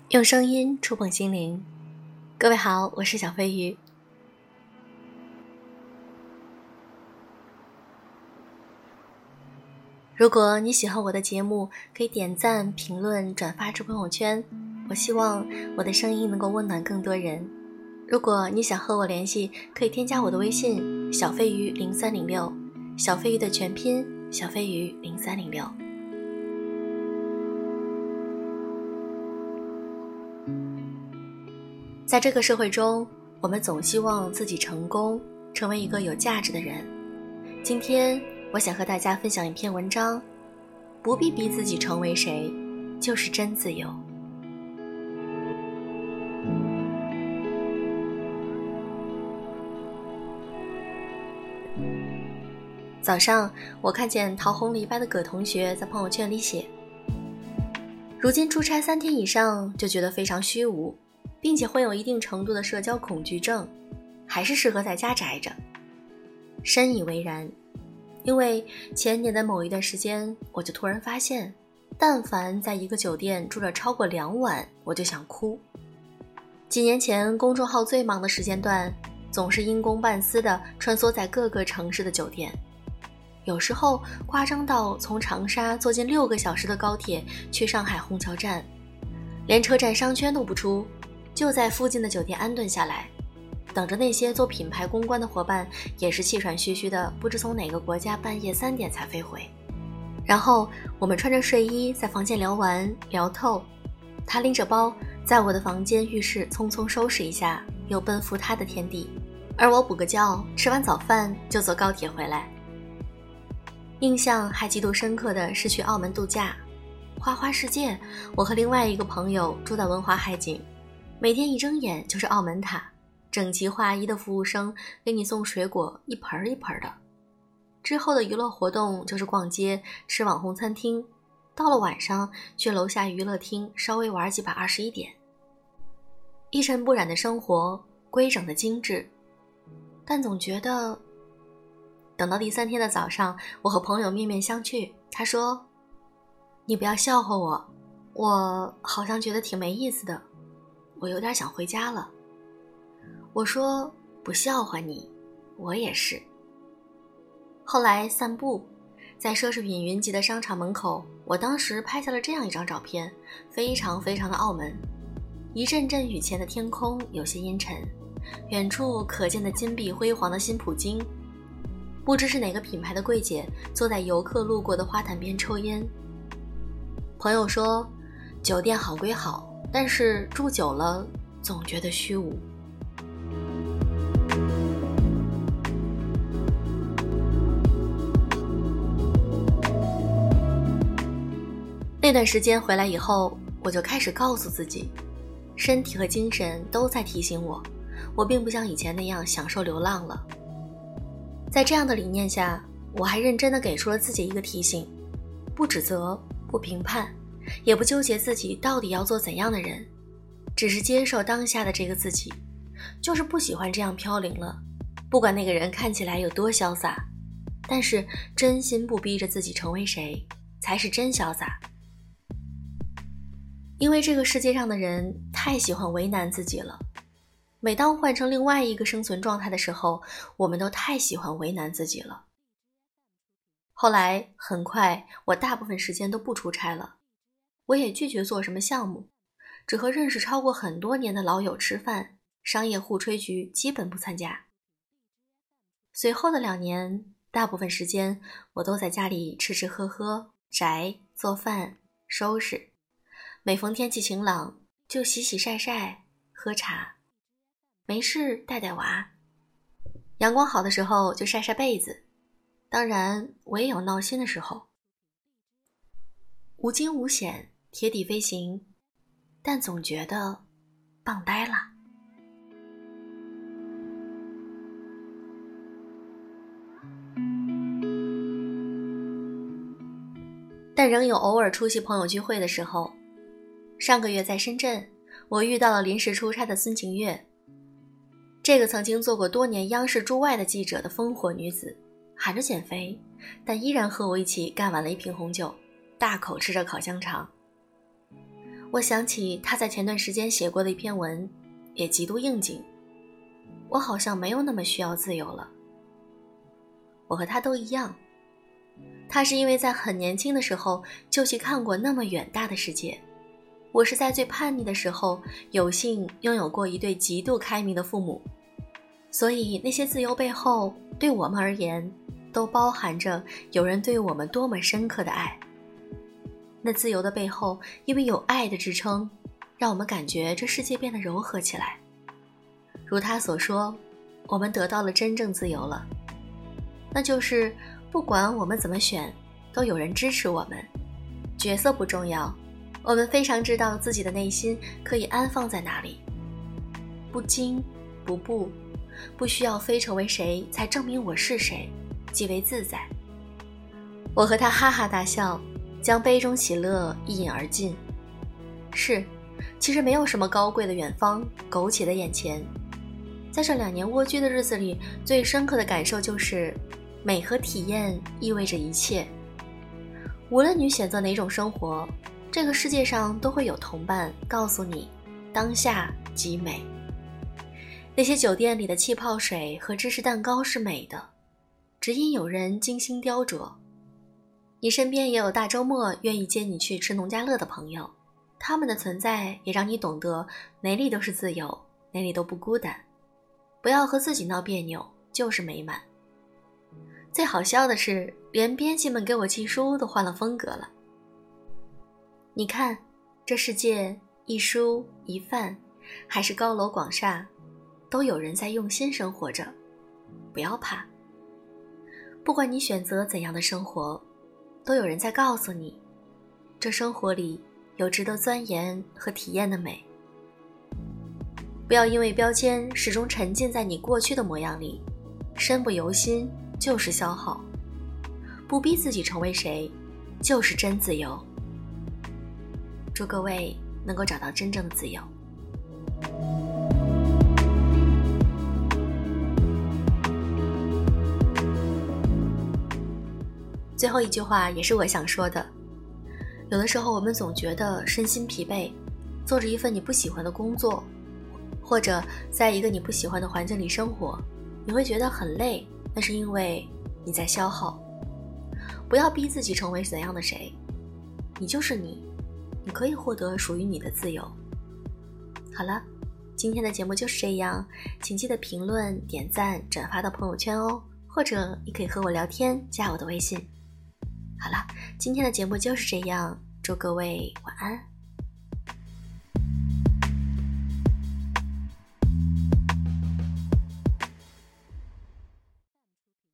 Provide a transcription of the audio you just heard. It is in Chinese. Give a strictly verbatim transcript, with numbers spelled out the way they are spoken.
用声音触碰心灵。各位好，我是小飞鱼。如果你喜欢我的节目，可以点赞、评论、转发至朋友圈。我希望我的声音能够温暖更多人。如果你想和我联系，可以添加我的微信小飞鱼零三零六，小飞鱼的全拼小飞鱼零三零六。在这个社会中，我们总希望自己成功，成为一个有价值的人。今天我想和大家分享一篇文章，不必逼自己成为谁，就是真自由。早上我看见桃红梨白的葛同学在朋友圈里写，如今出差三天以上就觉得非常虚无，并且会有一定程度的社交恐惧症，还是适合在家宅着。深以为然，因为前年的某一段时间，我就突然发现，但凡在一个酒店住了超过两晚，我就想哭。几年前公众号最忙的时间段，总是因公办私的穿梭在各个城市的酒店，有时候夸张到从长沙坐近六个小时的高铁去上海虹桥站，连车站商圈都不出，就在附近的酒店安顿下来，等着那些做品牌公关的伙伴也是气喘吁吁的，不知从哪个国家半夜三点才飞回。然后我们穿着睡衣在房间聊完聊透，他拎着包在我的房间浴室匆匆收拾一下，又奔赴他的天地，而我补个觉，吃完早饭就坐高铁回来。印象还极度深刻的是去澳门度假，花花世界，我和另外一个朋友住在文华海景，每天一睁眼就是澳门塔，整齐划一的服务生给你送水果一盆一盆的。之后的娱乐活动就是逛街、吃网红餐厅，到了晚上去楼下娱乐厅稍微玩几把二十一点。一尘不染的生活，规整的精致，但总觉得等到第三天的早上，我和朋友面面相觑，他说，你不要笑话我，我好像觉得挺没意思的，我有点想回家了。我说，不笑话你，我也是。后来散步，在奢侈品云集的商场门口，我当时拍下了这样一张照片，非常非常的澳门。一阵阵雨前的天空有些阴沉，远处可见的金碧辉煌的新葡京，不知是哪个品牌的柜姐坐在游客路过的花坛边抽烟。朋友说，酒店好归好，但是住久了总觉得虚无。那段时间回来以后，我就开始告诉自己，身体和精神都在提醒我，我并不像以前那样享受流浪了。在这样的理念下，我还认真地给出了自己一个提醒，不指责，不评判，也不纠结自己到底要做怎样的人，只是接受当下的这个自己，就是不喜欢这样飘零了。不管那个人看起来有多潇洒，但是真心不逼着自己成为谁，才是真潇洒。因为这个世界上的人太喜欢为难自己了，每当换成另外一个生存状态的时候，我们都太喜欢为难自己了。后来很快我大部分时间都不出差了，我也拒绝做什么项目，只和认识超过很多年的老友吃饭，商业互吹局基本不参加。随后的两年，大部分时间我都在家里吃吃喝喝，宅，做饭，收拾。每逢天气晴朗，就洗洗晒晒，喝茶，没事带带娃，阳光好的时候就晒晒被子，当然我也有闹心的时候。无惊无险，贴地飞行，但总觉得棒呆了。但仍有偶尔出席朋友聚会的时候。上个月在深圳，我遇到了临时出差的孙晴月。这个曾经做过多年央视驻外的记者的烽火女子，喊着减肥，但依然和我一起干完了一瓶红酒，大口吃着烤香肠。 我想起他在前段时间写过的一篇文，也极度应景。我好像没有那么需要自由了。我和他都一样，他是因为在很年轻的时候就去看过那么远大的世界，我是在最叛逆的时候有幸拥有过一对极度开明的父母，所以那些自由背后对我们而言都包含着有人对我们多么深刻的爱。那自由的背后因为有爱的支撑，让我们感觉这世界变得柔和起来。如他所说，我们得到了真正自由了，那就是不管我们怎么选，都有人支持我们。角色不重要，我们非常知道自己的内心可以安放在哪里，不惊不怖，不需要非成为谁才证明我是谁，极为自在。我和他哈哈大笑，将杯中喜乐一饮而尽。是，其实没有什么高贵的远方，苟且的眼前。在这两年蜗居的日子里，最深刻的感受就是美和体验意味着一切。无论你选择哪种生活，这个世界上都会有同伴告诉你，当下即美。那些酒店里的气泡水和芝士蛋糕是美的，只因有人精心雕琢。你身边也有大周末愿意接你去吃农家乐的朋友，他们的存在也让你懂得哪里都是自由，哪里都不孤单。不要和自己闹别扭，就是美满。最好笑的是，连编辑们给我寄书都换了风格了。你看，这世界一蔬一饭，还是高楼广厦，都有人在用心生活着。不要怕，不管你选择怎样的生活，都有人在告诉你，这生活里有值得钻研和体验的美。不要因为标签始终沉浸在你过去的模样里，身不由心就是消耗。不逼自己成为谁，就是真自由。祝各位能够找到真正的自由。最后一句话也是我想说的，有的时候我们总觉得身心疲惫，做着一份你不喜欢的工作，或者在一个你不喜欢的环境里生活，你会觉得很累，那是因为你在消耗。不要逼自己成为怎样的谁，你就是你，你可以获得属于你的自由。好了，今天的节目就是这样，请记得评论、点赞、转发到朋友圈哦，或者你可以和我聊天，加我的微信。好了，今天的节目就是这样，祝各位晚安。